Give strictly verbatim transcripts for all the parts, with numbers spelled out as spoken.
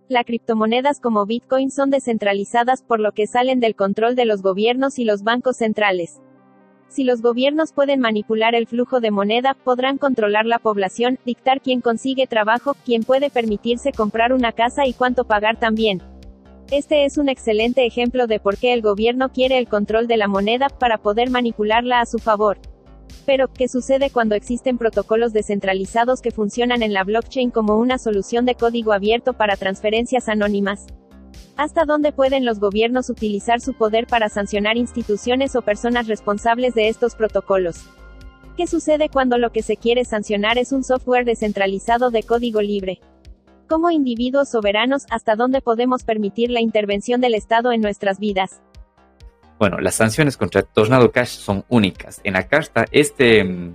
Las criptomonedas como Bitcoin son descentralizadas por lo que salen del control de los gobiernos y los bancos centrales. Si los gobiernos pueden manipular el flujo de moneda, podrán controlar la población, dictar quién consigue trabajo, quién puede permitirse comprar una casa y cuánto pagar también. Este es un excelente ejemplo de por qué el gobierno quiere el control de la moneda, para poder manipularla a su favor. Pero, ¿qué sucede cuando existen protocolos descentralizados que funcionan en la blockchain como una solución de código abierto para transferencias anónimas? ¿Hasta dónde pueden los gobiernos utilizar su poder para sancionar instituciones o personas responsables de estos protocolos? ¿Qué sucede cuando lo que se quiere sancionar es un software descentralizado de código libre? Como individuos soberanos, ¿hasta dónde podemos permitir la intervención del Estado en nuestras vidas? Bueno, las sanciones contra Tornado Cash son únicas. En la carta, este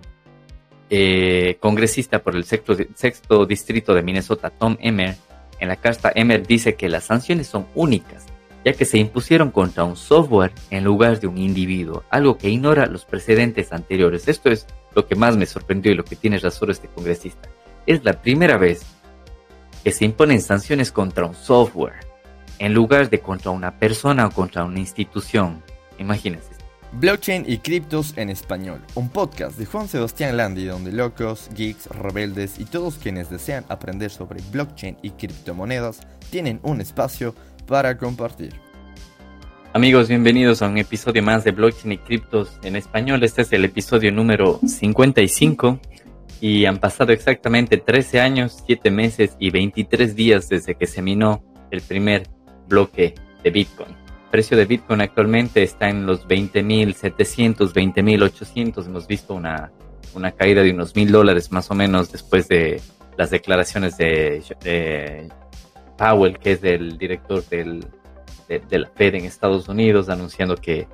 eh, congresista por el sexto, sexto distrito de Minnesota, Tom Emmer, en la carta Emmer dice que las sanciones son únicas, ya que se impusieron contra un software en lugar de un individuo, algo que ignora los precedentes anteriores. Esto es lo que más me sorprendió y lo que tiene razón este congresista. Es la primera vez que se imponen sanciones contra un software, en lugar de contra una persona o contra una institución. Imagínense. Blockchain y criptos en español, un podcast de Juan Sebastián Landi donde locos, geeks, rebeldes y todos quienes desean aprender sobre blockchain y criptomonedas tienen un espacio para compartir. Amigos, bienvenidos a un episodio más de Blockchain y criptos en español. Este es el episodio número cincuenta y cinco y han pasado exactamente trece años, siete meses y veintitrés días desde que se minó el primer bloque de Bitcoin. El precio de Bitcoin actualmente está en los veinte mil setecientos, veinte mil ochocientos. Hemos visto una, una caída de unos mil dólares más o menos después de las declaraciones de, de Powell, que es el director del, de, de la Fed en Estados Unidos, anunciando que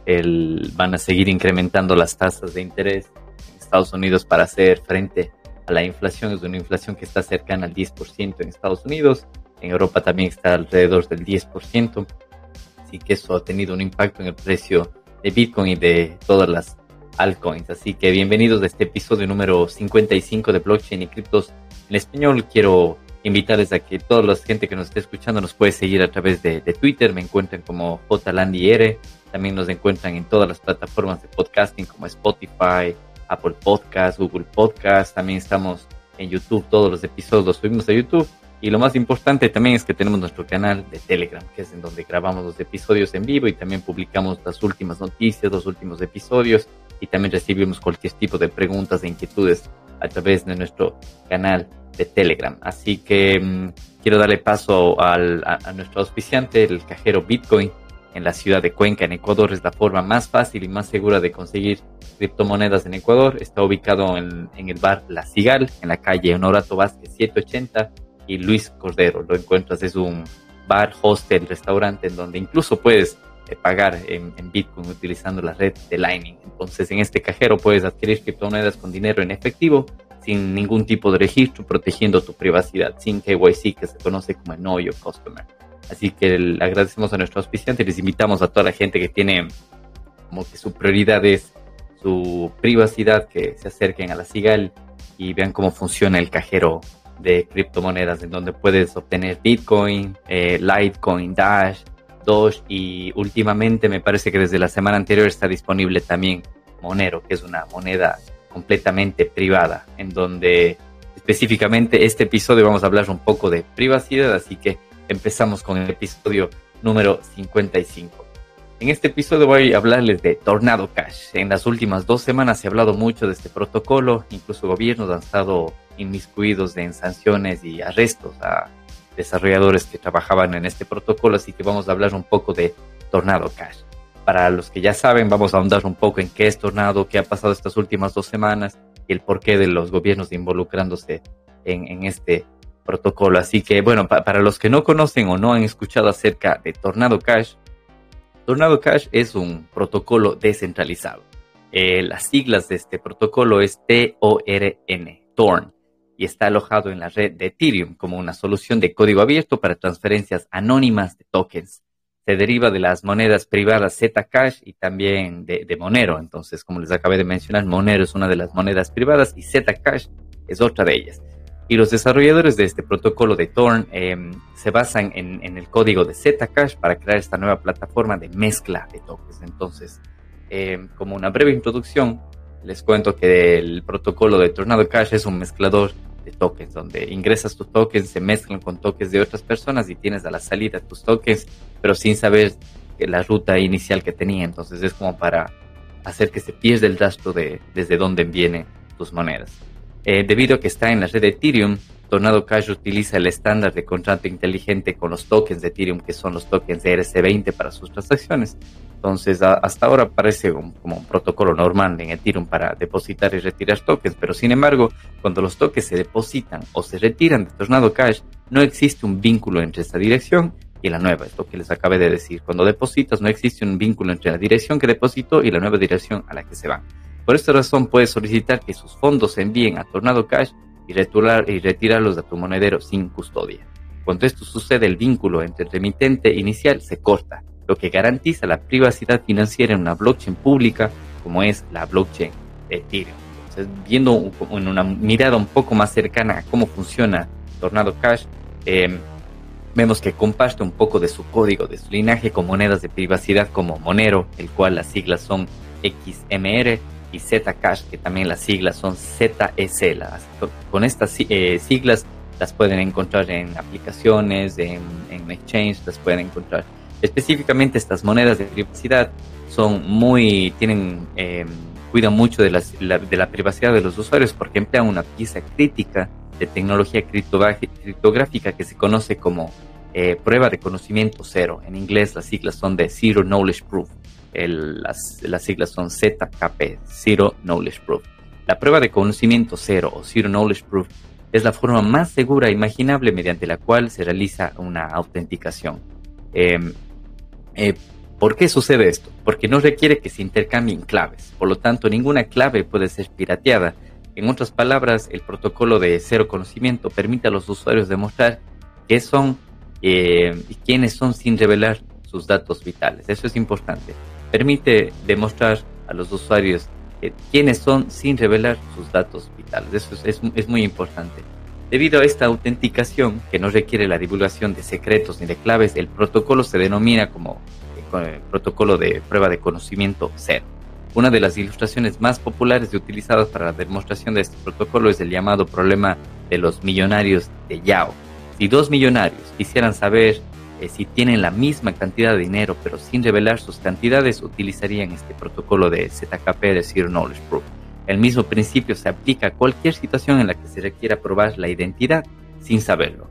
el, van a seguir incrementando las tasas de interés en Estados Unidos para hacer frente a la inflación. Es una inflación que está cercana al diez por ciento en Estados Unidos. En Europa también está alrededor del diez por ciento. Así que eso ha tenido un impacto en el precio de Bitcoin y de todas las altcoins. Así que bienvenidos a este episodio número cincuenta y cinco de Blockchain y criptos en español. Quiero invitarles a que toda la gente que nos esté escuchando nos puede seguir a través de, de Twitter. Me encuentran como jlandier. También nos encuentran en todas las plataformas de podcasting como Spotify, Apple Podcasts, Google Podcasts. También estamos en YouTube. Todos los episodios los subimos a YouTube. Y lo más importante también es que tenemos nuestro canal de Telegram, que es en donde grabamos los episodios en vivo y también publicamos las últimas noticias, los últimos episodios, y también recibimos cualquier tipo de preguntas e inquietudes a través de nuestro canal de Telegram. Así que mmm, quiero darle paso al, a, a nuestro auspiciante, el cajero Bitcoin en la ciudad de Cuenca, en Ecuador. Es la forma más fácil y más segura de conseguir criptomonedas en Ecuador. Está ubicado en, en el bar La Cigal, en la calle Honorato Vázquez setecientos ochenta, y Luis Cordero. Lo encuentras, es un bar, hostel, restaurante en donde incluso puedes eh, pagar en, en Bitcoin utilizando la red de Lightning. Entonces en este cajero puedes adquirir criptomonedas con dinero en efectivo sin ningún tipo de registro, protegiendo tu privacidad, sin K Y C, que se conoce como Know Your Customer. Así que le agradecemos a nuestro auspiciante y les invitamos a toda la gente que tiene como que su prioridad es su privacidad, que se acerquen a la Cigal y vean cómo funciona el cajero de criptomonedas, en donde puedes obtener Bitcoin, eh, Litecoin, Dash, Doge, y últimamente me parece que desde la semana anterior está disponible también Monero, que es una moneda completamente privada, en donde específicamente este episodio vamos a hablar un poco de privacidad, así que empezamos con el episodio número cincuenta y cinco. En este episodio voy a hablarles de Tornado Cash. En las últimas dos semanas se ha hablado mucho de este protocolo, incluso gobiernos han estado inmiscuidos en sanciones y arrestos a desarrolladores que trabajaban en este protocolo, así que vamos a hablar un poco de Tornado Cash. Para los que ya saben, vamos a ahondar un poco en qué es Tornado, qué ha pasado estas últimas dos semanas y el porqué de los gobiernos involucrándose en, en este protocolo. Así que, bueno, pa- para los que no conocen o no han escuchado acerca de Tornado Cash, Tornado Cash es un protocolo descentralizado. Eh, las siglas de este protocolo es T O R N, Torn, y está alojado en la red de Ethereum como una solución de código abierto para transferencias anónimas de tokens. Se deriva de las monedas privadas Zcash y también de, de Monero. Entonces, como les acabé de mencionar, Monero es una de las monedas privadas y Zcash es otra de ellas. Y los desarrolladores de este protocolo de Thorn eh, se basan en, en el código de Zcash para crear esta nueva plataforma de mezcla de tokens. Entonces, eh, como una breve introducción, les cuento que el protocolo de Tornado Cash es un mezclador de tokens, donde ingresas tus tokens, se mezclan con tokens de otras personas y tienes a la salida tus tokens, pero sin saber la ruta inicial que tenía. Entonces es como para hacer que se pierda el rastro de desde dónde vienen tus monedas. Eh, debido a que está en la red de Ethereum, Tornado Cash utiliza el estándar de contrato inteligente con los tokens de Ethereum, que son los tokens de E R C veinte para sus transacciones. Entonces, a, hasta ahora parece un, como un protocolo normal en Ethereum para depositar y retirar tokens, pero sin embargo, cuando los tokens se depositan o se retiran de Tornado Cash, no existe un vínculo entre esta dirección y la nueva. Es lo que les acabé de decir. Cuando depositas, no existe un vínculo entre la dirección que depositó y la nueva dirección a la que se van. Por esta razón, puedes solicitar que sus fondos se envíen a Tornado Cash y, retirar, y retirarlos de tu monedero sin custodia. Cuando esto sucede, el vínculo entre el remitente inicial se corta, lo que garantiza la privacidad financiera en una blockchain pública como es la blockchain de Ethereum. Entonces, viendo en una mirada un poco más cercana a cómo funciona Tornado Cash, eh, vemos que comparte un poco de su código, de su linaje con monedas de privacidad como Monero, el cual las siglas son X M R, y Zcash, que también las siglas son Z S. Las, con estas eh, siglas las pueden encontrar en aplicaciones, en, en exchange, las pueden encontrar. Específicamente estas monedas de privacidad son muy, tienen, eh, cuidan mucho de, las, la, de la privacidad de los usuarios porque emplean una pieza crítica de tecnología criptográfica que se conoce como eh, prueba de conocimiento cero. En inglés las siglas son de Zero Knowledge Proof. El, las, las siglas son Z K P, Zero Knowledge Proof. La prueba de conocimiento cero o Zero Knowledge Proof es la forma más segura imaginable mediante la cual se realiza una autenticación. Eh, eh, ¿Por qué sucede esto? Porque no requiere que se intercambien claves, por lo tanto ninguna clave puede ser pirateada. En otras palabras, el protocolo de cero conocimiento permite a los usuarios demostrar qué son eh, y quiénes son sin revelar sus datos vitales. Eso es importante. Permite demostrar a los usuarios eh, quiénes son sin revelar sus datos vitales. Eso es, es, es muy importante. Debido a esta autenticación, que no requiere la divulgación de secretos ni de claves, el protocolo se denomina como eh, protocolo de prueba de conocimiento cero. Una de las ilustraciones más populares y utilizadas para la demostración de este protocolo es el llamado problema de los millonarios de Yao. Si dos millonarios quisieran saber eh, si tienen la misma cantidad de dinero, pero sin revelar sus cantidades, utilizarían este protocolo de Z K P de Zero Knowledge Proof. El mismo principio se aplica a cualquier situación en la que se requiera probar la identidad sin saberlo.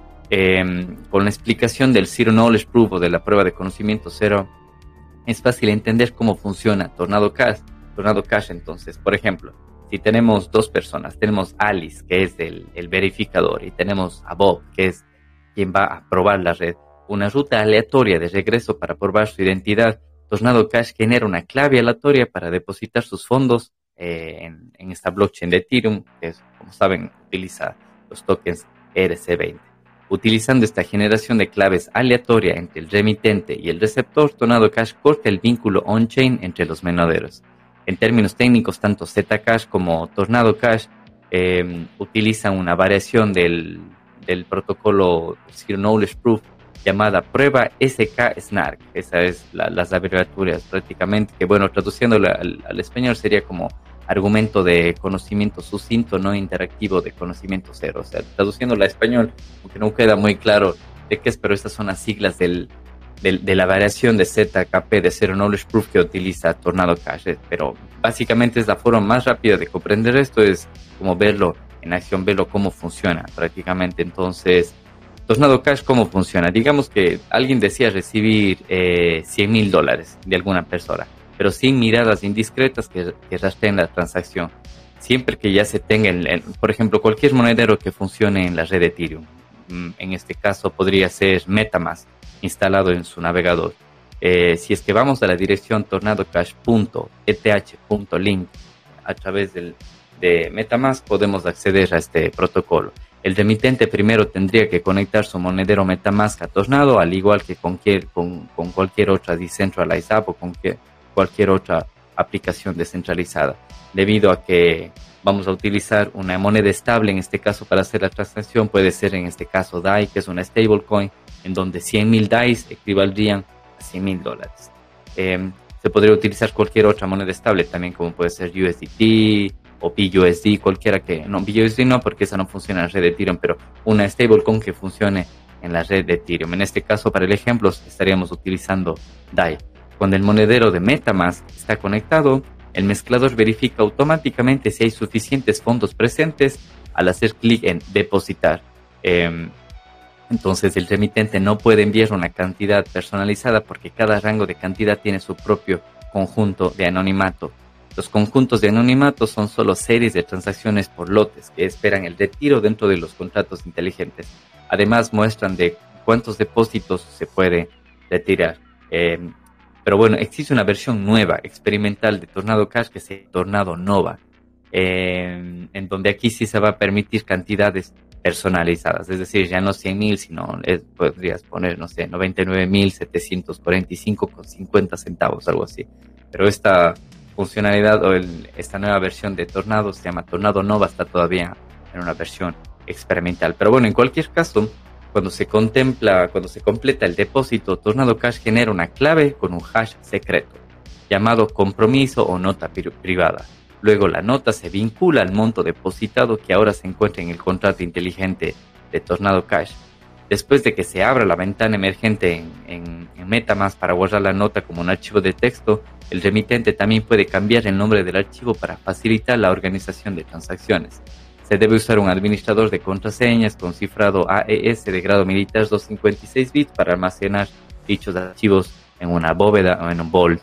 Eh, con la explicación del Zero Knowledge Proof o de la prueba de conocimiento cero, es fácil entender cómo funciona Tornado Cash. Tornado Cash, entonces, por ejemplo, si tenemos dos personas, tenemos a Alice, que es el, el verificador, y tenemos a Bob, que es quien va a probar la red, una ruta aleatoria de regreso para probar su identidad. Tornado Cash genera una clave aleatoria para depositar sus fondos eh, en, en esta blockchain de Ethereum, que es, como saben, utiliza los tokens E R C veinte. Utilizando esta generación de claves aleatoria entre el remitente y el receptor, Tornado Cash corta el vínculo on-chain entre los monederos. En términos técnicos, tanto Zcash como Tornado Cash eh, utilizan una variación del, del protocolo Zero Knowledge Proof llamada prueba S K SNARK. Esa es la, las abreviaturas prácticamente, que bueno, traduciéndolo al, al español sería como argumento de conocimiento sucinto no interactivo de conocimiento cero. O sea, traduciéndolo a español, aunque no queda muy claro de qué es, pero estas son las siglas del, del, de la variación de Z K P de Zero Knowledge Proof que utiliza Tornado Cash. Pero básicamente es la forma más rápida de comprender esto, es como verlo en acción, verlo cómo funciona prácticamente. Entonces, Tornado Cash, ¿cómo funciona? Digamos que alguien desea recibir eh, cien mil dólares de alguna persona, pero sin miradas indiscretas que, que rastreen la transacción. Siempre que ya se tenga, el, el, por ejemplo, cualquier monedero que funcione en la red de Ethereum, en este caso podría ser MetaMask, instalado en su navegador. Eh, si es que vamos a la dirección tornadocash punto e t h punto link a través del, de MetaMask, podemos acceder a este protocolo. El remitente primero tendría que conectar su monedero MetaMask a Tornado, al igual que con, con, con cualquier otra Decentralized App o con que, cualquier otra aplicación descentralizada. Debido a que vamos a utilizar una moneda estable, en este caso para hacer la transacción puede ser en este caso D A I, que es una stablecoin, en donde cien mil D A Is equivaldrían a cien mil dólares. Eh, se podría utilizar cualquier otra moneda estable también, como puede ser U S D T o B U S D, cualquiera que, no, B U S D no, porque esa no funciona en la red de Ethereum, pero una stablecoin que funcione en la red de Ethereum. En este caso, para el ejemplo, estaríamos utilizando D A I. Cuando el monedero de MetaMask está conectado, el mezclador verifica automáticamente si hay suficientes fondos presentes al hacer clic en depositar. Eh, entonces el remitente no puede enviar una cantidad personalizada porque cada rango de cantidad tiene su propio conjunto de anonimato. Los conjuntos de anonimato son solo series de transacciones por lotes que esperan el retiro dentro de los contratos inteligentes. Además muestran de cuántos depósitos se puede retirar. Eh, Pero bueno, existe una versión nueva, experimental de Tornado Cash que se llama Tornado Nova, eh, en donde aquí sí se va a permitir cantidades personalizadas, es decir, ya no cien mil, sino eh, podrías poner, no sé, noventa y nueve mil setecientos cuarenta y cinco con cincuenta centavos, algo así. Pero esta funcionalidad o el, esta nueva versión de Tornado se llama Tornado Nova, está todavía en una versión experimental. Pero bueno, en cualquier caso, Cuando se contempla, cuando se completa el depósito, Tornado Cash genera una clave con un hash secreto, llamado compromiso o nota pri- privada. Luego la nota se vincula al monto depositado que ahora se encuentra en el contrato inteligente de Tornado Cash. Después de que se abra la ventana emergente en, en, en MetaMask para guardar la nota como un archivo de texto, el remitente también puede cambiar el nombre del archivo para facilitar la organización de transacciones. Se debe usar un administrador de contraseñas con cifrado A E S de grado militar doscientos cincuenta y seis bits para almacenar dichos archivos en una bóveda o en un vault.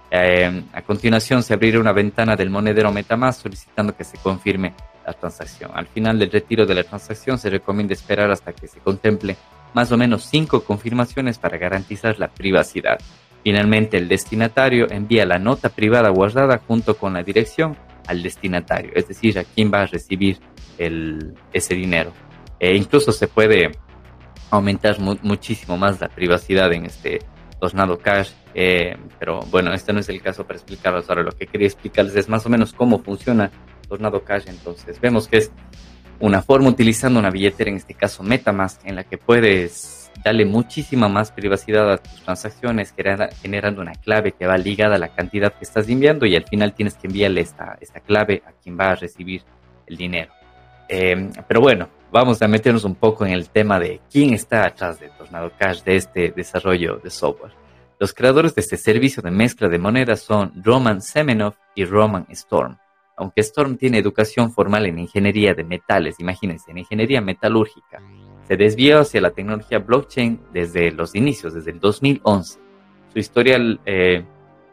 Eh, a continuación se abrirá una ventana del monedero MetaMask solicitando que se confirme la transacción. Al final del retiro de la transacción se recomienda esperar hasta que se contemple más o menos cinco confirmaciones para garantizar la privacidad. Finalmente el destinatario envía la nota privada guardada junto con la dirección al destinatario, es decir, a quien va a recibir el, ese dinero. E incluso se puede aumentar mu- muchísimo más la privacidad en este Tornado Cash, eh, pero bueno, este no es el caso para explicarles ahora. Lo que quería explicarles es más o menos cómo funciona Tornado Cash. Entonces vemos que es una forma utilizando una billetera, en este caso MetaMask, en la que puedes darle muchísima más privacidad a tus transacciones, generando una clave que va ligada a la cantidad que estás enviando y al final tienes que enviarle esta, esta clave a quien va a recibir el dinero. Eh, pero bueno, vamos a meternos un poco en el tema de quién está atrás de Tornado Cash, de este desarrollo de software. Los creadores de este servicio de mezcla de monedas son Roman Semenov y Roman Storm. Aunque Storm tiene educación formal en ingeniería de metales, imagínense, en ingeniería metalúrgica, se desvió hacia la tecnología blockchain desde los inicios, desde el dos mil once. Su historial eh,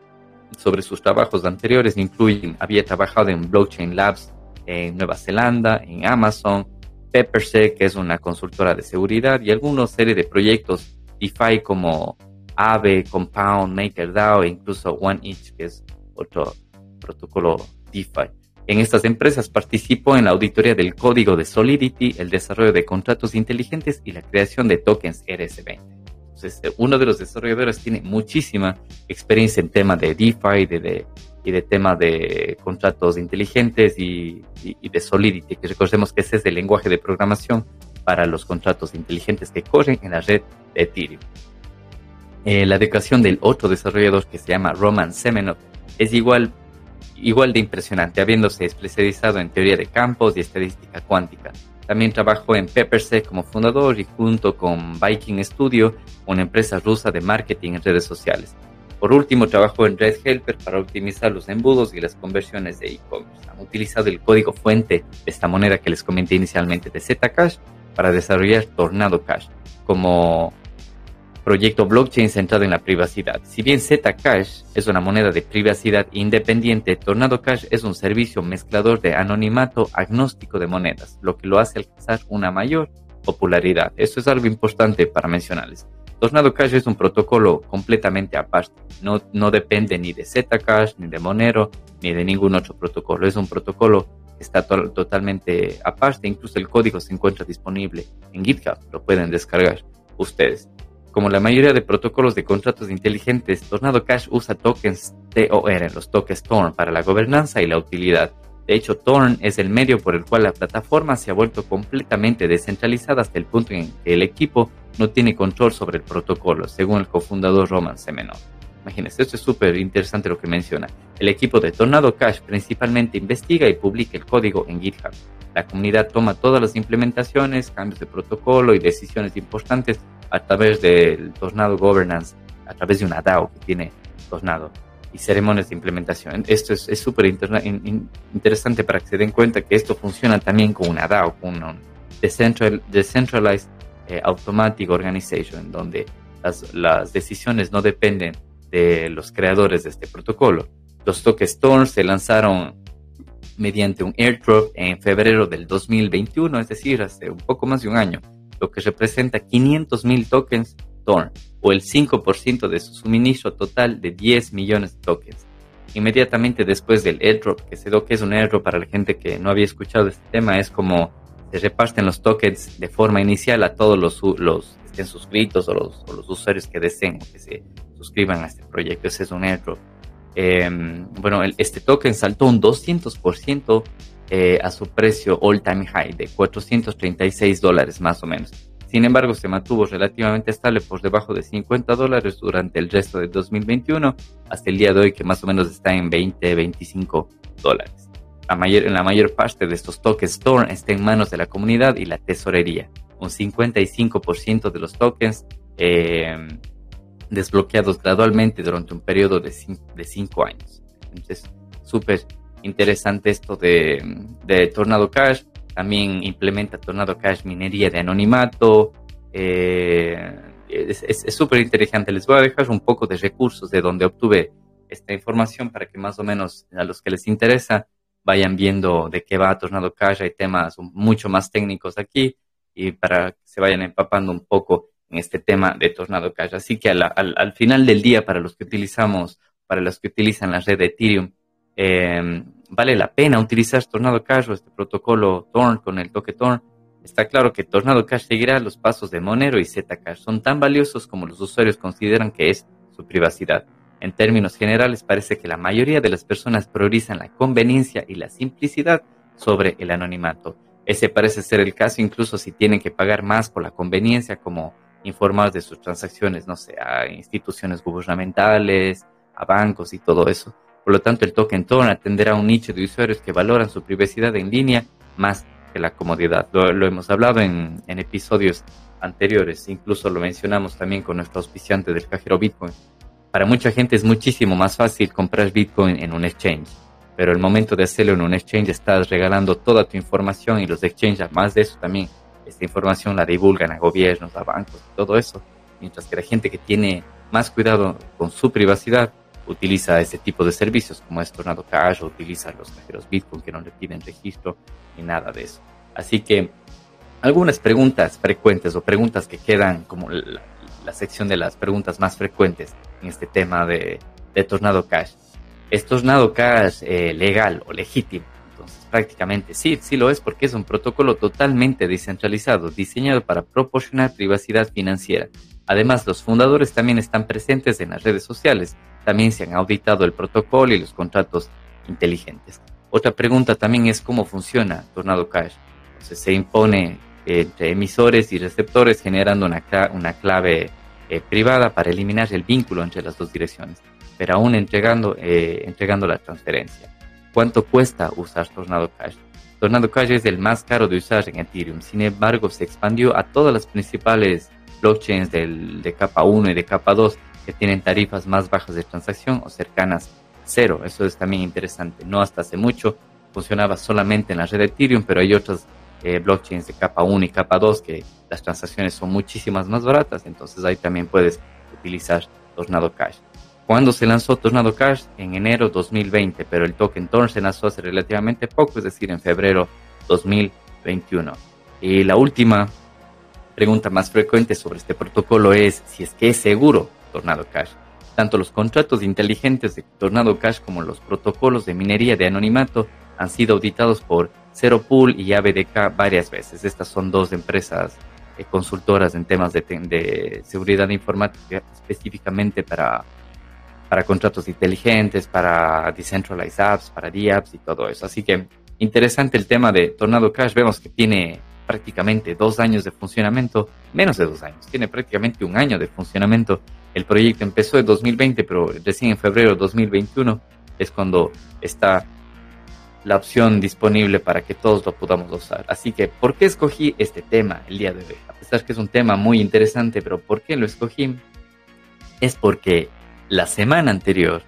sobre sus trabajos anteriores incluyen, había trabajado en Blockchain Labs en Nueva Zelanda, en Amazon, PepperSec, que es una consultora de seguridad, y algunos serie de proyectos DeFi como Aave, Compound, MakerDAO e incluso OneInch, que es otro protocolo DeFi. En estas empresas participó en la auditoría del código de Solidity, el desarrollo de contratos inteligentes y la creación de tokens E R S veinte. Entonces, uno de los desarrolladores tiene muchísima experiencia en tema de DeFi de, de, y de tema de contratos inteligentes y, y, y de Solidity, que recordemos que ese es el lenguaje de programación para los contratos inteligentes que corren en la red de Ethereum. Eh, la dedicación del otro desarrollador, que se llama Roman Semenov, es igual igual de impresionante, habiéndose especializado en teoría de campos y estadística cuántica. También trabajó en PepperSec como fundador y junto con Viking Studio, una empresa rusa de marketing en redes sociales. Por último, trabajó en Red Helper para optimizar los embudos y las conversiones de e-commerce. Han utilizado el código fuente de esta moneda que les comenté inicialmente de Zcash para desarrollar Tornado Cash como proyecto blockchain centrado en la privacidad. Si bien Zcash es una moneda de privacidad independiente, Tornado Cash es un servicio mezclador de anonimato agnóstico de monedas, lo que lo hace alcanzar una mayor popularidad. Esto es algo importante para mencionarles. Tornado Cash es un protocolo completamente aparte. No, no depende ni de Zcash, ni de Monero, ni de ningún otro protocolo. Es un protocolo que está to- totalmente aparte. Incluso el código se encuentra disponible en GitHub. Lo pueden descargar ustedes. Como la mayoría de protocolos de contratos inteligentes, Tornado Cash usa tokens T O R, los tokens Torn, para la gobernanza y la utilidad. De hecho, Torn es el medio por el cual la plataforma se ha vuelto completamente descentralizada hasta el punto en que el equipo no tiene control sobre el protocolo, según el cofundador Roman Semenov. Imagínense, esto es súper interesante lo que menciona. El equipo de Tornado Cash principalmente investiga y publica el código en GitHub. La comunidad toma todas las implementaciones, cambios de protocolo y decisiones importantes a través del Tornado Governance, a través de una DAO que tiene Tornado, y ceremonias de implementación. Esto es súper inter- in, interesante para que se den cuenta que esto funciona también con una DAO, con un Decentral, Decentralized eh, Automatic Organization, donde las, las decisiones no dependen de los creadores de este protocolo. Los tokens Torn se lanzaron mediante un airdrop en febrero del dos mil veintiuno, es decir, hace un poco más de un año, lo que representa quinientos mil tokens Torn, o el cinco por ciento de su suministro total de diez millones de tokens. Inmediatamente después del airdrop, que sé lo que es un airdrop para la gente que no había escuchado este tema, es como se reparten los tokens de forma inicial a todos los, los que estén suscritos o los, o los usuarios que deseen que se suscriban a este proyecto. Ese es un airdrop. Eh, bueno, el, este token saltó un doscientos por ciento eh, a su precio all time high de cuatrocientos treinta y seis dólares más o menos. Sin embargo, se mantuvo relativamente estable por debajo de cincuenta dólares durante el resto de dos mil veintiuno, hasta el día de hoy, que más o menos está en veinte, veinticinco dólares. La mayor, en la mayor parte de estos tokens Torn está en manos de la comunidad y la tesorería. Un cincuenta y cinco por ciento de los tokens eh, desbloqueados gradualmente durante un periodo de cinco años. Entonces, súper interesante esto de, de Tornado Cash. También implementa Tornado Cash minería de anonimato. Eh, es súper interesante. Les voy a dejar un poco de recursos de donde obtuve esta información para que más o menos a los que les interesa vayan viendo de qué va Tornado Cash. Hay temas mucho más técnicos aquí y para que se vayan empapando un poco en este tema de Tornado Cash. Así que al, al, al final del día, para los que utilizamos, para los que utilizan la red de Ethereum, eh, vale la pena utilizar Tornado Cash o este protocolo Torn con el toque Torn. Está claro que Tornado Cash seguirá los pasos de Monero y Zcash. Son tan valiosos como los usuarios consideran que es su privacidad. En términos generales, parece que la mayoría de las personas priorizan la conveniencia y la simplicidad sobre el anonimato. Ese parece ser el caso incluso si tienen que pagar más por la conveniencia, como informar de sus transacciones, no sé, a instituciones gubernamentales, a bancos y todo eso. Por lo tanto, el token Torn atenderá a un nicho de usuarios que valoran su privacidad en línea más que la comodidad. Lo, lo hemos hablado en, en episodios anteriores, incluso lo mencionamos también con nuestro auspiciante del cajero Bitcoin. Para mucha gente es muchísimo más fácil comprar Bitcoin en un exchange, pero el momento de hacerlo en un exchange estás regalando toda tu información y los exchanges, además de eso también, esta información la divulgan a gobiernos, a bancos, todo eso, mientras que la gente que tiene más cuidado con su privacidad utiliza este tipo de servicios como es Tornado Cash o utiliza los cajeros Bitcoin que no le piden registro ni nada de eso. Así que algunas preguntas frecuentes o preguntas que quedan como la, la sección de las preguntas más frecuentes en este tema de, de Tornado Cash. ¿Es Tornado Cash eh, legal o legítimo? Entonces, prácticamente sí, sí lo es porque es un protocolo totalmente descentralizado, diseñado para proporcionar privacidad financiera. Además, los fundadores también están presentes en las redes sociales. También se han auditado el protocolo y los contratos inteligentes. Otra pregunta también es cómo funciona Tornado Cash. Entonces, se impone entre emisores y receptores generando una, una clave eh, privada para eliminar el vínculo entre las dos direcciones, pero aún entregando, eh, entregando la transferencia. ¿Cuánto cuesta usar Tornado Cash? Tornado Cash es el más caro de usar en Ethereum. Sin embargo, se expandió a todas las principales blockchains del, de capa uno y de capa dos que tienen tarifas más bajas de transacción o cercanas a cero. Eso es también interesante. No hasta hace mucho funcionaba solamente en la red de Ethereum, pero hay otras eh, blockchains de capa uno y capa dos que las transacciones son muchísimas más baratas. Entonces ahí también puedes utilizar Tornado Cash. ¿Cuándo se lanzó Tornado Cash? En enero dos mil veinte, pero el token Torn se lanzó hace relativamente poco, es decir, en febrero dos mil veintiuno. Y la última pregunta más frecuente sobre este protocolo es si es que es seguro Tornado Cash. Tanto los contratos inteligentes de Tornado Cash como los protocolos de minería de anonimato han sido auditados por Zero Pool y A B D K varias veces. Estas son dos empresas eh, consultoras en temas de, de seguridad informática, específicamente para para contratos inteligentes, para decentralized apps, para D apps y todo eso. Así que interesante el tema de Tornado Cash. Vemos que tiene prácticamente dos años de funcionamiento, menos de dos años, tiene prácticamente un año de funcionamiento. El proyecto empezó en dos mil veinte, pero recién en febrero de dos mil veintiuno es cuando está la opción disponible para que todos lo podamos usar. Así que, ¿por qué escogí este tema el día de hoy? A pesar que es un tema muy interesante, pero ¿por qué lo escogí? Es porque la semana anterior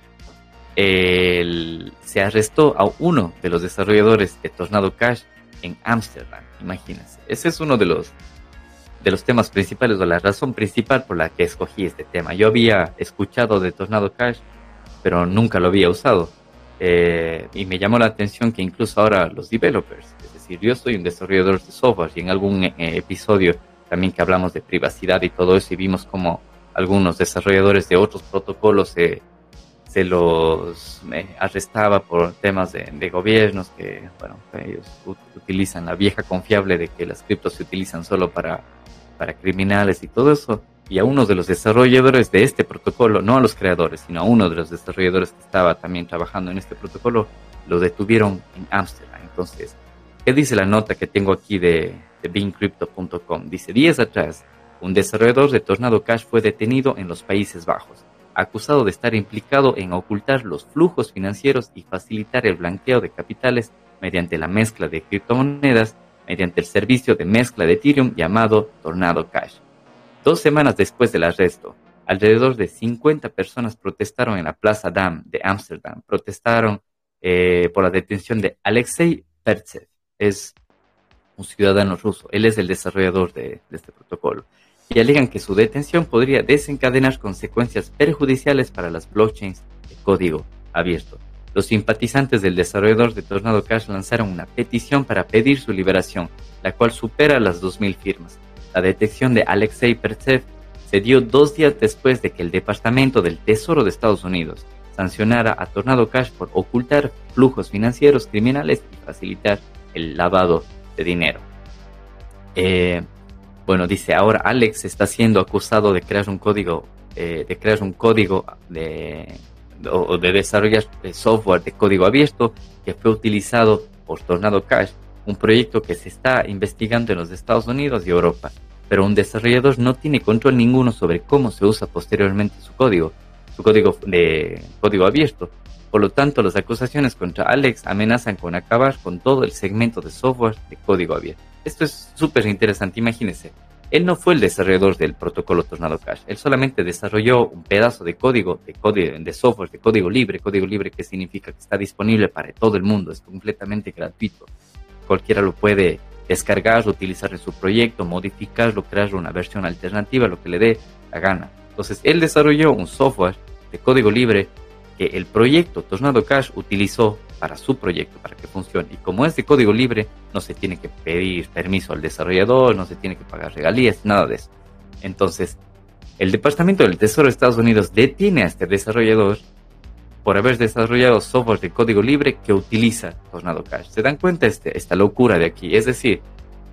el, se arrestó a uno de los desarrolladores de Tornado Cash en Ámsterdam. Imagínense, ese es uno de los de los temas principales, o la razón principal por la que escogí este tema. Yo había escuchado de Tornado Cash, pero nunca lo había usado. Eh, y me llamó la atención que incluso ahora los developers, es decir, yo soy un desarrollador de software y en algún eh, episodio también que hablamos de privacidad y todo eso, y vimos como algunos desarrolladores de otros protocolos se, se los eh, arrestaba por temas de, de gobiernos que, bueno, ellos ut- utilizan la vieja confiable de que las criptos se utilizan solo para, para criminales y todo eso. Y a uno de los desarrolladores de este protocolo, no a los creadores, sino a uno de los desarrolladores que estaba también trabajando en este protocolo, lo detuvieron en Ámsterdam. Entonces, ¿qué dice la nota que tengo aquí de, de bean crypto punto com? Dice, días atrás, un desarrollador de Tornado Cash fue detenido en los Países Bajos, acusado de estar implicado en ocultar los flujos financieros y facilitar el blanqueo de capitales mediante la mezcla de criptomonedas, mediante el servicio de mezcla de Ethereum llamado Tornado Cash. Dos semanas después del arresto, alrededor de cincuenta personas protestaron en la Plaza Dam de Ámsterdam. Protestaron eh, por la detención de Alexei Pertsev. Es un ciudadano ruso. Él es el desarrollador de, de este protocolo. Y alegan que su detención podría desencadenar consecuencias perjudiciales para las blockchains de código abierto. Los simpatizantes del desarrollador de Tornado Cash lanzaron una petición para pedir su liberación, la cual supera las dos mil firmas. La detención de Alexei Pertsev se dio dos días después de que el Departamento del Tesoro de Estados Unidos sancionara a Tornado Cash por ocultar flujos financieros criminales y facilitar el lavado de dinero. Eh, bueno, dice, ahora Alex está siendo acusado de crear un código, eh, de crear un código de, o de desarrollar software de código abierto que fue utilizado por Tornado Cash, un proyecto que se está investigando en los Estados Unidos y Europa, pero un desarrollador no tiene control ninguno sobre cómo se usa posteriormente su código, su código de código abierto. Por lo tanto, las acusaciones contra Alex amenazan con acabar con todo el segmento de software de código abierto. Esto es súper interesante, imagínense. Él no fue el desarrollador del protocolo Tornado Cash, él solamente desarrolló un pedazo de código, de código, de software, de código libre, código libre que significa que está disponible para todo el mundo, es completamente gratuito. Cualquiera lo puede descargar, utilizar en su proyecto, modificarlo, crear una versión alternativa, lo que le dé la gana. Entonces, él desarrolló un software de código libre que el proyecto Tornado Cash utilizó para su proyecto, para que funcione. Y como es de código libre, no se tiene que pedir permiso al desarrollador, no se tiene que pagar regalías, nada de eso. Entonces, el Departamento del Tesoro de Estados Unidos detiene a este desarrollador por haber desarrollado software de código libre que utiliza Tornado Cash. ¿Se dan cuenta este, esta locura de aquí? Es decir,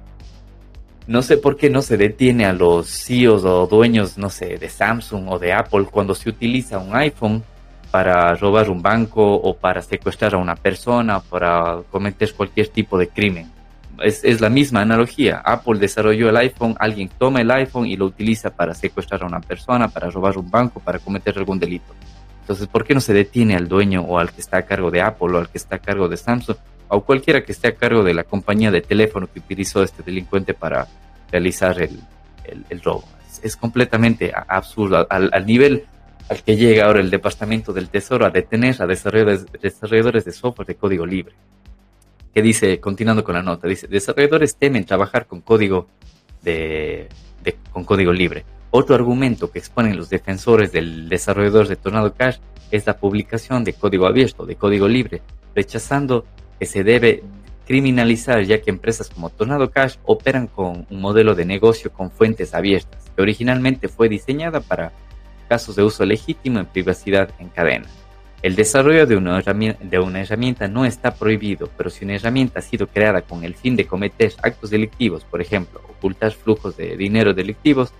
no sé por qué no se detiene a los C E Os o dueños, no sé, de Samsung o de Apple cuando se utiliza un iPhone para robar un banco o para secuestrar a una persona, para cometer cualquier tipo de crimen. Es, es la misma analogía. Apple desarrolló el iPhone, alguien toma el iPhone y lo utiliza para secuestrar a una persona, para robar un banco, para cometer algún delito. Entonces, ¿por qué no se detiene al dueño o al que está a cargo de Apple o al que está a cargo de Samsung o cualquiera que esté a cargo de la compañía de teléfono que utilizó este delincuente para realizar el, el, el robo? Es, es completamente absurdo al, al nivel al que llega ahora el Departamento del Tesoro a detener a desarrolladores, desarrolladores de software de código libre. Que dice, continuando con la nota, dice, desarrolladores temen trabajar con código de, de con código libre. Otro argumento que exponen los defensores del desarrollador de Tornado Cash es la publicación de código abierto, de código libre, rechazando que se debe criminalizar, ya que empresas como Tornado Cash operan con un modelo de negocio con fuentes abiertas, que originalmente fue diseñada para casos de uso legítimo en privacidad en cadena. El desarrollo de una, herramienta, de una herramienta no está prohibido, pero si una herramienta ha sido creada con el fin de cometer actos delictivos, por ejemplo, ocultar flujos de dinero delictivos,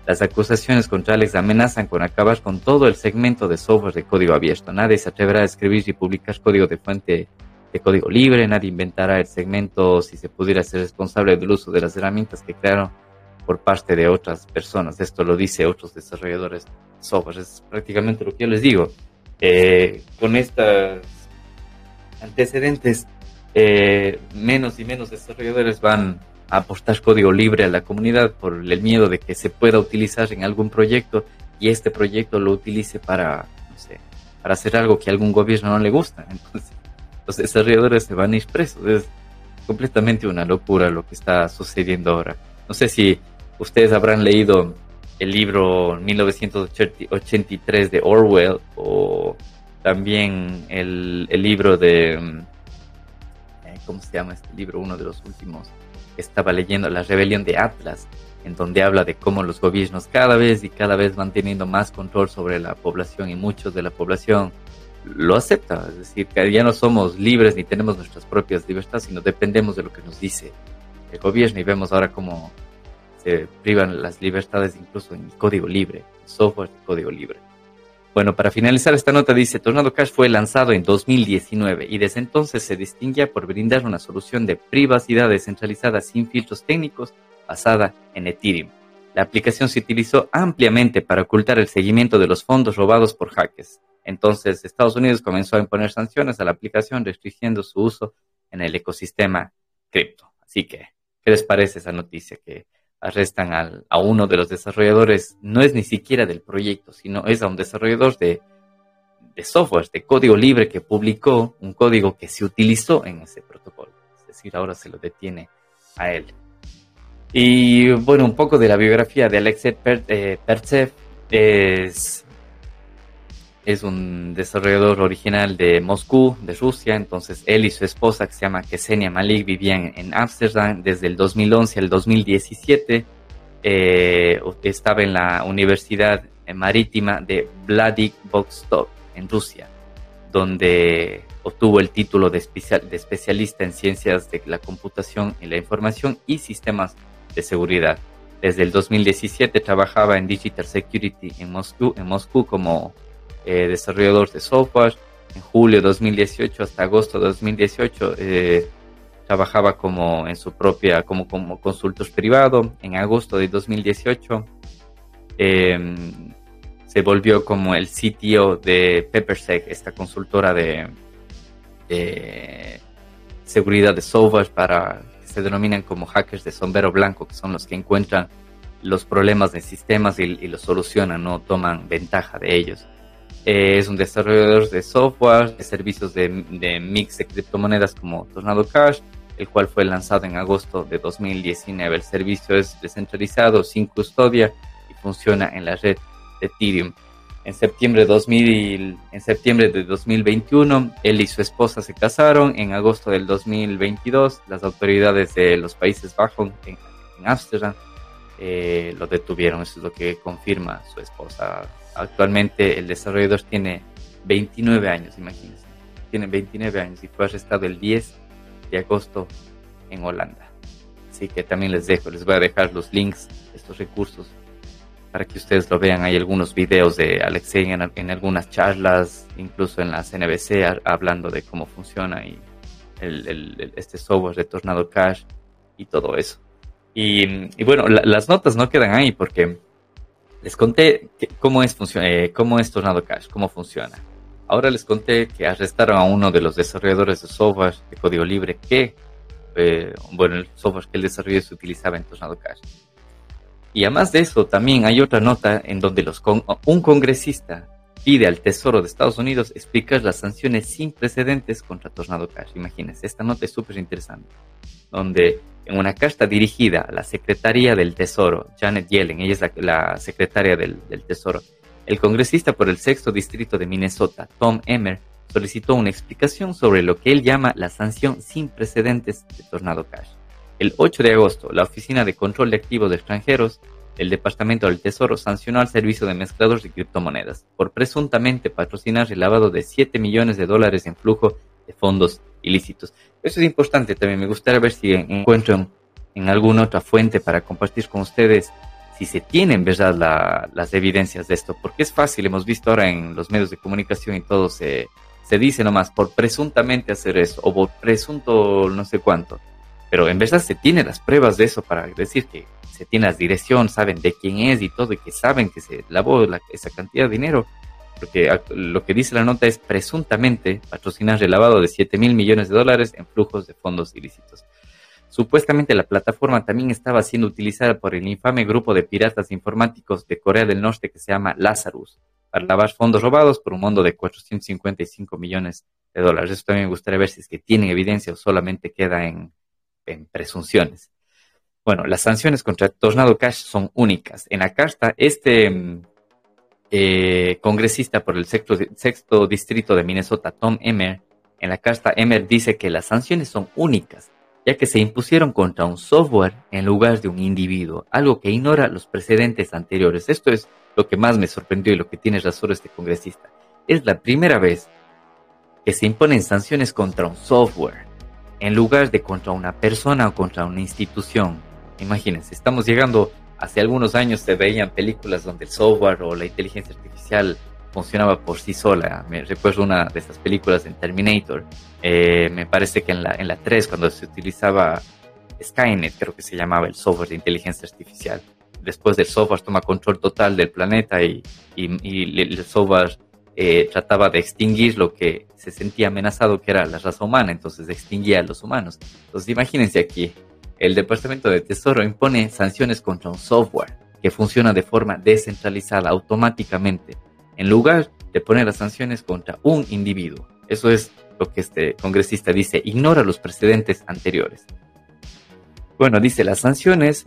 Las acusaciones contra Alex amenazan con acabar con todo el segmento de software de código abierto. Nadie se atreverá a escribir y publicar código de fuente de código libre. Nadie inventará el segmento si se pudiera ser responsable del uso de las herramientas que crearon por parte de otras personas. Esto lo dice otros desarrolladores de software. Es prácticamente lo que yo les digo. Eh, con estos antecedentes, eh, menos y menos desarrolladores van a aportar código libre a la comunidad por el miedo de que se pueda utilizar en algún proyecto y este proyecto lo utilice para, no sé, para hacer algo que a algún gobierno no le gusta. Entonces, los desarrolladores se van a ir presos. Es completamente una locura lo que está sucediendo ahora. No sé si ustedes habrán leído el libro mil novecientos ochenta y tres de Orwell o también el, el libro de... ¿Cómo se llama este libro? Uno de los últimos que estaba leyendo, La rebelión de Atlas, en donde habla de cómo los gobiernos cada vez y cada vez van teniendo más control sobre la población y muchos de la población lo acepta. Es decir, que ya no somos libres ni tenemos nuestras propias libertades, sino dependemos de lo que nos dice el gobierno y vemos ahora cómo se privan las libertades incluso en el código libre, el software de código libre. Bueno, para finalizar esta nota dice, Tornado Cash fue lanzado en dos mil diecinueve y desde entonces se distinguía por brindar una solución de privacidad descentralizada sin filtros técnicos basada en Ethereum. La aplicación se utilizó ampliamente para ocultar el seguimiento de los fondos robados por hackers. Entonces, Estados Unidos comenzó a imponer sanciones a la aplicación restringiendo su uso en el ecosistema cripto. Así que, ¿qué les parece esa noticia? Que arrestan al, a uno de los desarrolladores, no es ni siquiera del proyecto, sino es a un desarrollador de, de software, de código libre que publicó un código que se utilizó en ese protocolo. Es decir, ahora se lo detiene a él. Y bueno, un poco de la biografía de Alexei per, eh, Pertsev. Es, es un desarrollador original de Moscú, de Rusia. Entonces él y su esposa, que se llama Ksenia Malik, vivían en Ámsterdam desde el dos mil once al dos mil diecisiete. Eh, estaba en la Universidad Marítima de Vladivostok, en Rusia, donde obtuvo el título de, especial, de especialista en ciencias de la computación y la información y sistemas de seguridad. Desde el dos mil diecisiete trabajaba en Digital Security en Moscú, en Moscú como eh, desarrollador de software. En julio de dos mil dieciocho hasta agosto de dos mil dieciocho eh, trabajaba como en su propia como, como consultor privado. En agosto de dos mil dieciocho eh, se volvió como el C T O de PepperSec, esta consultora de, de seguridad de software para que se denominan como hackers de sombrero blanco, que son los que encuentran los problemas de sistemas y, y los solucionan, no toman ventaja de ellos. Eh, es un desarrollador de software, de servicios de, de mix de criptomonedas como Tornado Cash, el cual fue lanzado en agosto de dos mil diecinueve. El servicio es descentralizado, sin custodia y funciona en la red de Ethereum. En septiembre, dos mil, en septiembre de dos mil veintiuno, él y su esposa se casaron. En agosto del dos mil veintidós, las autoridades de los Países Bajos en Ámsterdam eh, lo detuvieron. Eso es lo que confirma su esposa. Actualmente el desarrollador tiene veintinueve años, imagínense. Tiene veintinueve años y fue arrestado el diez de agosto en Holanda. Así que también les dejo, les voy a dejar los links de estos recursos para que ustedes lo vean. Hay algunos videos de Alexei en, en algunas charlas, incluso en la C N B C, a, hablando de cómo funciona y el, el, el, este software de Tornado Cash y todo eso. Y, y bueno, la, las notas no quedan ahí porque les conté que, cómo, es funciona, eh, cómo es Tornado Cash, cómo funciona. Ahora les conté que arrestaron a uno de los desarrolladores de software de código libre que, eh, bueno, el software que él desarrolló se utilizaba en Tornado Cash. Y además de eso, también hay otra nota en donde los con- un congresista pide al Tesoro de Estados Unidos explicar las sanciones sin precedentes contra Tornado Cash. Imagínense, esta nota es súper interesante. Donde en una carta dirigida a la Secretaría del Tesoro, Janet Yellen, ella es la, la secretaria del, del Tesoro, el congresista por el sexto distrito de Minnesota, Tom Emmer, solicitó una explicación sobre lo que él llama la sanción sin precedentes de Tornado Cash. El ocho de agosto, la Oficina de Control de Activos de Extranjeros del Departamento del Tesoro sancionó al servicio de mezcladores de criptomonedas por presuntamente patrocinar el lavado de siete millones de dólares en flujo de fondos ilícitos. Eso es importante también. Me gustaría ver si encuentro en alguna otra fuente para compartir con ustedes si se tienen, ¿verdad?, la, las evidencias de esto, porque es fácil, hemos visto ahora en los medios de comunicación y todo, se, se dice nomás por presuntamente hacer eso, o por presunto no sé cuánto, pero en verdad se tienen las pruebas de eso para decir que se tiene la dirección, saben de quién es y todo, y que saben que se lavó la, esa cantidad de dinero, porque lo que dice la nota es presuntamente patrocinar el lavado de siete mil millones de dólares en flujos de fondos ilícitos. Supuestamente la plataforma también estaba siendo utilizada por el infame grupo de piratas informáticos de Corea del Norte que se llama Lazarus para lavar fondos robados por un monto de cuatrocientos cincuenta y cinco millones de dólares. Eso también me gustaría ver si es que tienen evidencia o solamente queda en, en presunciones. Bueno, las sanciones contra Tornado Cash son únicas. En la carta, este eh, congresista por el sexto, sexto distrito de Minnesota, Tom Emmer, en la carta Emmer dice que las sanciones son únicas, ya que se impusieron contra un software en lugar de un individuo, algo que ignora los precedentes anteriores. Esto es lo que más me sorprendió y lo que tiene razón este congresista. Es la primera vez que se imponen sanciones contra un software, en lugar de contra una persona o contra una institución. Imagínense, estamos llegando, hace algunos años se veían películas donde el software o la inteligencia artificial funcionaba por sí sola. Me recuerdo una de estas películas en Terminator. Eh, me parece que en la, en la tres, cuando se utilizaba Skynet, creo que se llamaba el software de inteligencia artificial. Después del software toma control total del planeta y, y, y el software eh, trataba de extinguir lo que se sentía amenazado, que era la raza humana, entonces extinguía a los humanos. Entonces imagínense aquí, el Departamento de Tesoro impone sanciones contra un software que funciona de forma descentralizada automáticamente, en lugar de poner las sanciones contra un individuo. Eso es lo que este congresista dice, ignora los precedentes anteriores. Bueno, dice las sanciones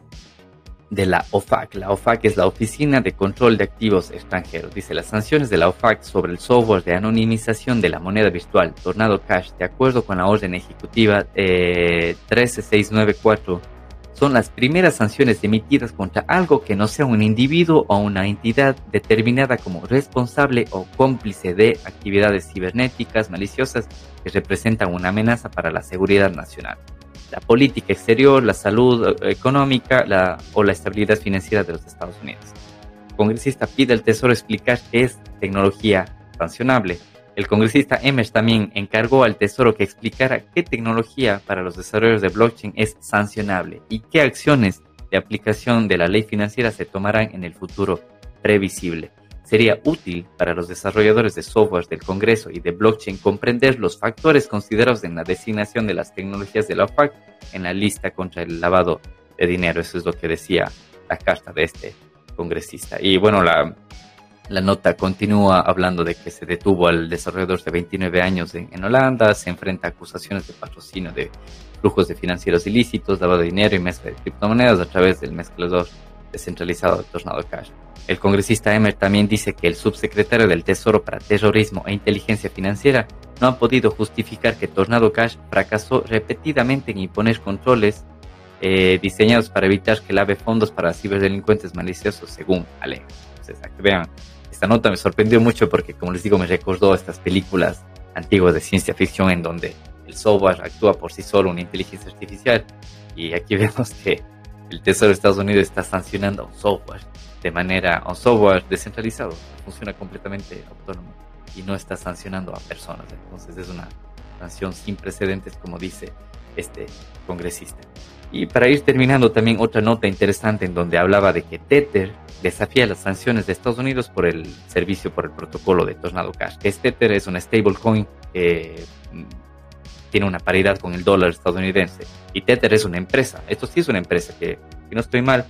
de la O F A C. La O F A C es la Oficina de Control de Activos Extranjeros. Dice las sanciones de la O F A C sobre el software de anonimización de la moneda virtual Tornado Cash, de acuerdo con la orden ejecutiva eh, trece mil seiscientos noventa y cuatro, son las primeras sanciones emitidas contra algo que no sea un individuo o una entidad determinada como responsable o cómplice de actividades cibernéticas maliciosas que representan una amenaza para la seguridad nacional, la política exterior, la salud económica la, o la estabilidad financiera de los Estados Unidos. El congresista pide al Tesoro explicar qué es tecnología sancionable. El congresista Emmer también encargó al Tesoro que explicara qué tecnología para los desarrollos de blockchain es sancionable y qué acciones de aplicación de la ley financiera se tomarán en el futuro previsible. Sería útil para los desarrolladores de software del Congreso y de blockchain comprender los factores considerados en la designación de las tecnologías de la O F A C en la lista contra el lavado de dinero. Eso es lo que decía la carta de este congresista. Y bueno, la... La nota continúa hablando de que se detuvo al desarrollador de veintinueve años en, en Holanda, se enfrenta a acusaciones de patrocinio de flujos de financieros ilícitos, lavado de dinero y mezcla de criptomonedas a través del mezclador descentralizado de Tornado Cash. El congresista Emmer también dice que el subsecretario del Tesoro para Terrorismo e Inteligencia Financiera no ha podido justificar que Tornado Cash fracasó repetidamente en imponer controles eh, diseñados para evitar que lave fondos para ciberdelincuentes maliciosos, según alega. Entonces, aquí vean. Esta nota me sorprendió mucho porque, como les digo, me recordó estas películas antiguas de ciencia ficción en donde el software actúa por sí solo, una inteligencia artificial. Y aquí vemos que el Tesoro de Estados Unidos está sancionando a un software de manera, a un software descentralizado, que funciona completamente autónomo y no está sancionando a personas. Entonces es una sanción sin precedentes, como dice este congresista. Y para ir terminando, también otra nota interesante en donde hablaba de que Tether desafía las sanciones de Estados Unidos por el servicio por el protocolo de Tornado Cash. Que Tether es una stablecoin que mm, tiene una paridad con el dólar estadounidense. Y Tether es una empresa. Esto sí es una empresa que, si no estoy mal,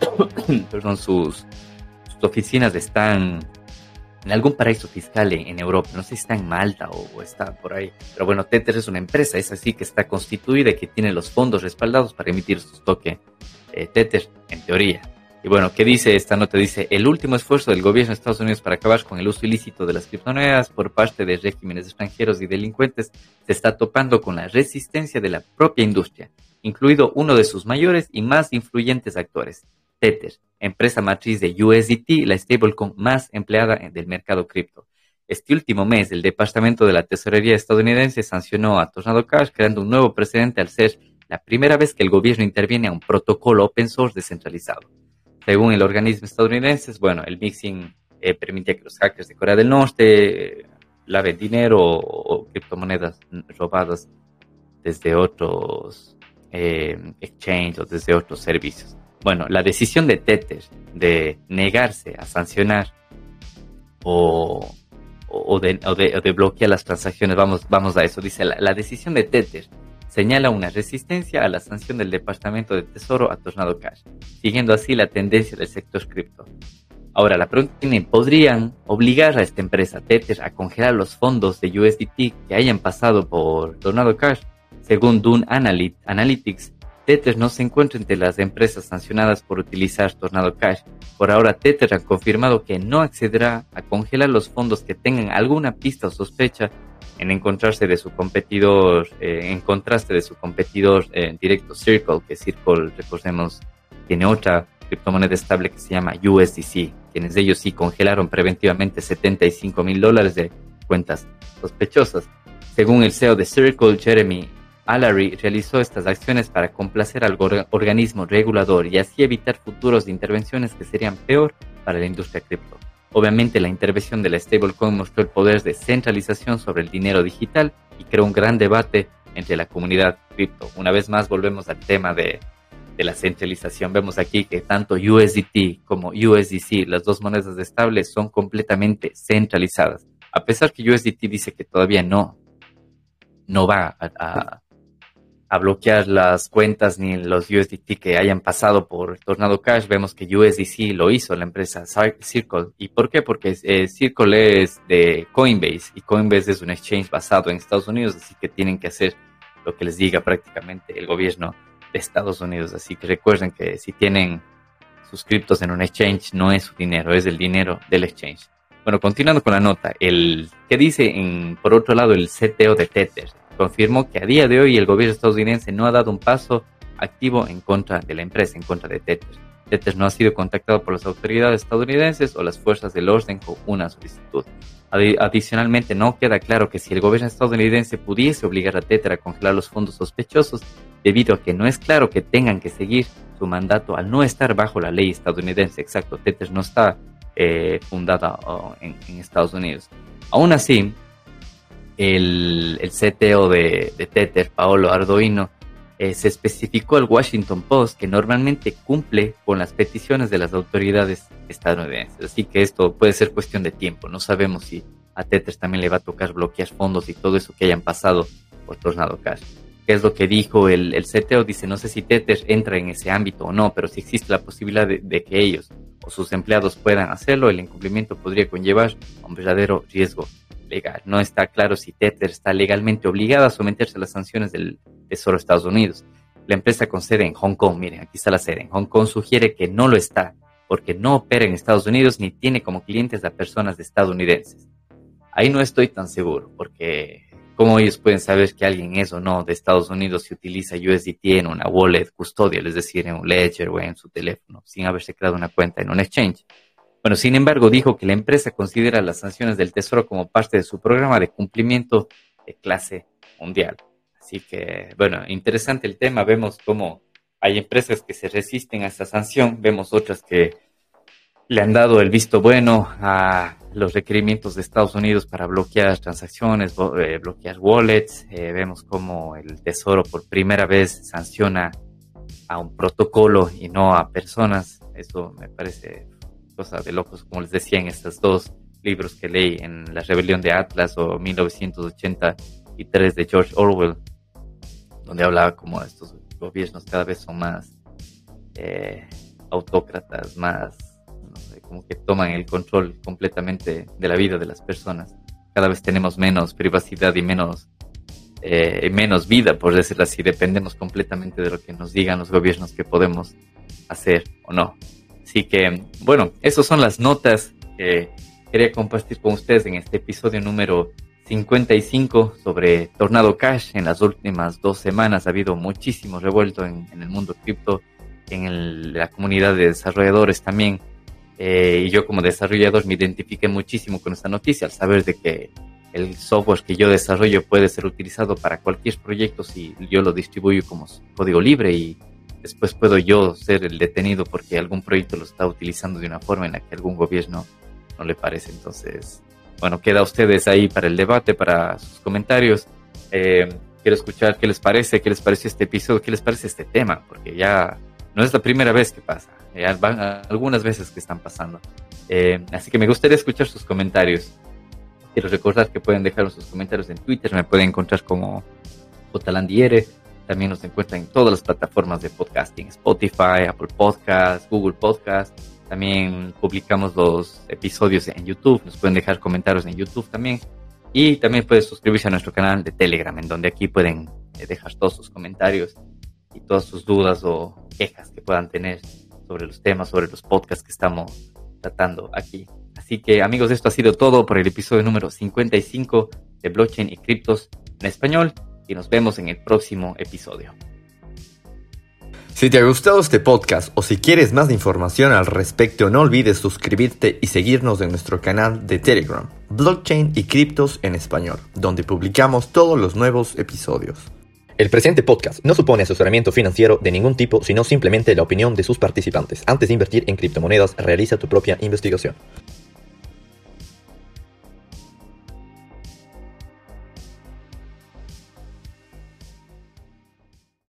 perdón, sus, sus oficinas están en algún paraíso fiscal en, en Europa. No sé si está en Malta o, o está por ahí. Pero bueno, Tether es una empresa. Es así que está constituida y que tiene los fondos respaldados para emitir sus tokens eh, Tether, en teoría. Y bueno, ¿qué dice esta nota? Dice, el último esfuerzo del gobierno de Estados Unidos para acabar con el uso ilícito de las criptomonedas por parte de regímenes extranjeros y delincuentes se está topando con la resistencia de la propia industria, incluido uno de sus mayores y más influyentes actores, Tether, empresa matriz de U S D T, la stablecoin más empleada del mercado cripto. Este último mes, el Departamento de la Tesorería estadounidense sancionó a Tornado Cash, creando un nuevo precedente al ser la primera vez que el gobierno interviene a un protocolo open source descentralizado. Según el organismo estadounidense, bueno, el mixing eh, permitía que los hackers de Corea del Norte eh, laven dinero o, o criptomonedas robadas desde otros eh, exchanges o desde otros servicios. Bueno, la decisión de Tether de negarse a sancionar o, o, de, o, de, o de bloquear las transacciones, vamos, vamos a eso, dice, la, la decisión de Tether señala una resistencia a la sanción del Departamento de Tesoro a Tornado Cash, siguiendo así la tendencia del sector cripto. Ahora, la pregunta tiene, ¿podrían obligar a esta empresa Tether a congelar los fondos de U S D T que hayan pasado por Tornado Cash? Según Dune Analytics, Tether no se encuentra entre las empresas sancionadas por utilizar Tornado Cash. Por ahora, Tether ha confirmado que no accederá a congelar los fondos que tengan alguna pista o sospecha en encontrarse de su competidor, eh, en contraste de su competidor eh, directo Circle, que Circle, recordemos, tiene otra criptomoneda estable que se llama U S D C, quienes de ellos sí congelaron preventivamente setenta y cinco mil dólares de cuentas sospechosas. Según el C E O de Circle, Jeremy Allery, realizó estas acciones para complacer al or- organismo regulador y así evitar futuros de intervenciones que serían peor para la industria cripto. Obviamente, la intervención de la stablecoin mostró el poder de centralización sobre el dinero digital y creó un gran debate entre la comunidad cripto. Una vez más, volvemos al tema de, de la centralización. Vemos aquí que tanto U S D T como U S D C, las dos monedas estables, son completamente centralizadas. A pesar que U S D T dice que todavía no, no va a, a a bloquear las cuentas ni los U S D T que hayan pasado por Tornado Cash, vemos que U S D C lo hizo la empresa Circle. ¿Y por qué? Porque eh, Circle es de Coinbase y Coinbase es un exchange basado en Estados Unidos, así que tienen que hacer lo que les diga prácticamente el gobierno de Estados Unidos. Así que recuerden que si tienen sus criptos en un exchange, no es su dinero, es el dinero del exchange. Bueno, continuando con la nota, el que dice en, por otro lado el C T O de Tether confirmó que a día de hoy el gobierno estadounidense no ha dado un paso activo en contra de la empresa, en contra de Tether. Tether no ha sido contactado por las autoridades estadounidenses o las fuerzas del orden con una solicitud. Adi- adicionalmente, no queda claro que si el gobierno estadounidense pudiese obligar a Tether a congelar los fondos sospechosos, debido a que no es claro que tengan que seguir su mandato al no estar bajo la ley estadounidense. Exacto, Tether no está eh, fundada oh, en, en Estados Unidos. Aún así, El, el C T O de, de Tether, Paolo Ardoino, eh, se especificó al Washington Post que normalmente cumple con las peticiones de las autoridades estadounidenses. Así que esto puede ser cuestión de tiempo. No sabemos si a Tether también le va a tocar bloquear fondos y todo eso que hayan pasado por Tornado Cash. ¿Qué es lo que dijo el, el C T O? Dice, no sé si Tether entra en ese ámbito o no, pero si existe la posibilidad de, de que ellos o sus empleados puedan hacerlo, el incumplimiento podría conllevar a un verdadero riesgo legal. No está claro si Tether está legalmente obligada a someterse a las sanciones del Tesoro de Estados Unidos. La empresa con sede en Hong Kong, miren, aquí está la sede en Hong Kong, sugiere que no lo está, porque no opera en Estados Unidos ni tiene como clientes a personas estadounidenses. Ahí no estoy tan seguro, porque ¿cómo ellos pueden saber que alguien es o no de Estados Unidos si utiliza U S D T en una wallet custodial, es decir, en un ledger o en su teléfono, sin haberse creado una cuenta en un exchange? Bueno, sin embargo, dijo que la empresa considera las sanciones del Tesoro como parte de su programa de cumplimiento de clase mundial. Así que, bueno, interesante el tema. Vemos cómo hay empresas que se resisten a esta sanción. Vemos otras que le han dado el visto bueno a los requerimientos de Estados Unidos para bloquear transacciones, eh, bloquear wallets. Eh, vemos cómo el Tesoro por primera vez sanciona a un protocolo y no a personas. Eso me parece cosa de locos, como les decía en estos dos libros que leí, en La Rebelión de Atlas o mil novecientos ochenta y tres de George Orwell, donde hablaba como estos gobiernos cada vez son más eh, autócratas, más, no sé, como que toman el control completamente de la vida de las personas. Cada vez tenemos menos privacidad y menos, eh, menos vida, por decirlo así. Dependemos completamente de lo que nos digan los gobiernos que podemos hacer o no. Así que, bueno, esas son las notas que quería compartir con ustedes en este episodio número cincuenta y cinco sobre Tornado Cash. En las últimas dos semanas ha habido muchísimo revuelto en, en el mundo cripto, en el, la comunidad de desarrolladores también. Eh, y yo como desarrollador me identifiqué muchísimo con esta noticia, al saber de que el software que yo desarrollo puede ser utilizado para cualquier proyecto si yo lo distribuyo como código libre y después puedo yo ser el detenido porque algún proyecto lo está utilizando de una forma en la que algún gobierno no le parece. Entonces, bueno, queda a ustedes ahí para el debate, para sus comentarios. Eh, quiero escuchar qué les parece, qué les pareció este episodio, qué les parece este tema, porque ya no es la primera vez que pasa, ya van algunas veces que están pasando. Eh, así que me gustaría escuchar sus comentarios. Quiero recordar que pueden dejar sus comentarios en Twitter, me pueden encontrar como jlandiere. También nos encuentran en todas las plataformas de podcasting, Spotify, Apple Podcasts, Google Podcasts. También publicamos los episodios en YouTube, nos pueden dejar comentarios en YouTube también. Y también pueden suscribirse a nuestro canal de Telegram, en donde aquí pueden dejar todos sus comentarios y todas sus dudas o quejas que puedan tener sobre los temas, sobre los podcasts que estamos tratando aquí. Así que, amigos, esto ha sido todo por el episodio número cincuenta y cinco de Blockchain y Criptos en español, y nos vemos en el próximo episodio. Si te ha gustado este podcast o si quieres más información al respecto, no olvides suscribirte y seguirnos en nuestro canal de Telegram, Blockchain y Criptos en español, donde publicamos todos los nuevos episodios. El presente podcast no supone asesoramiento financiero de ningún tipo, sino simplemente la opinión de sus participantes. Antes de invertir en criptomonedas, realiza tu propia investigación.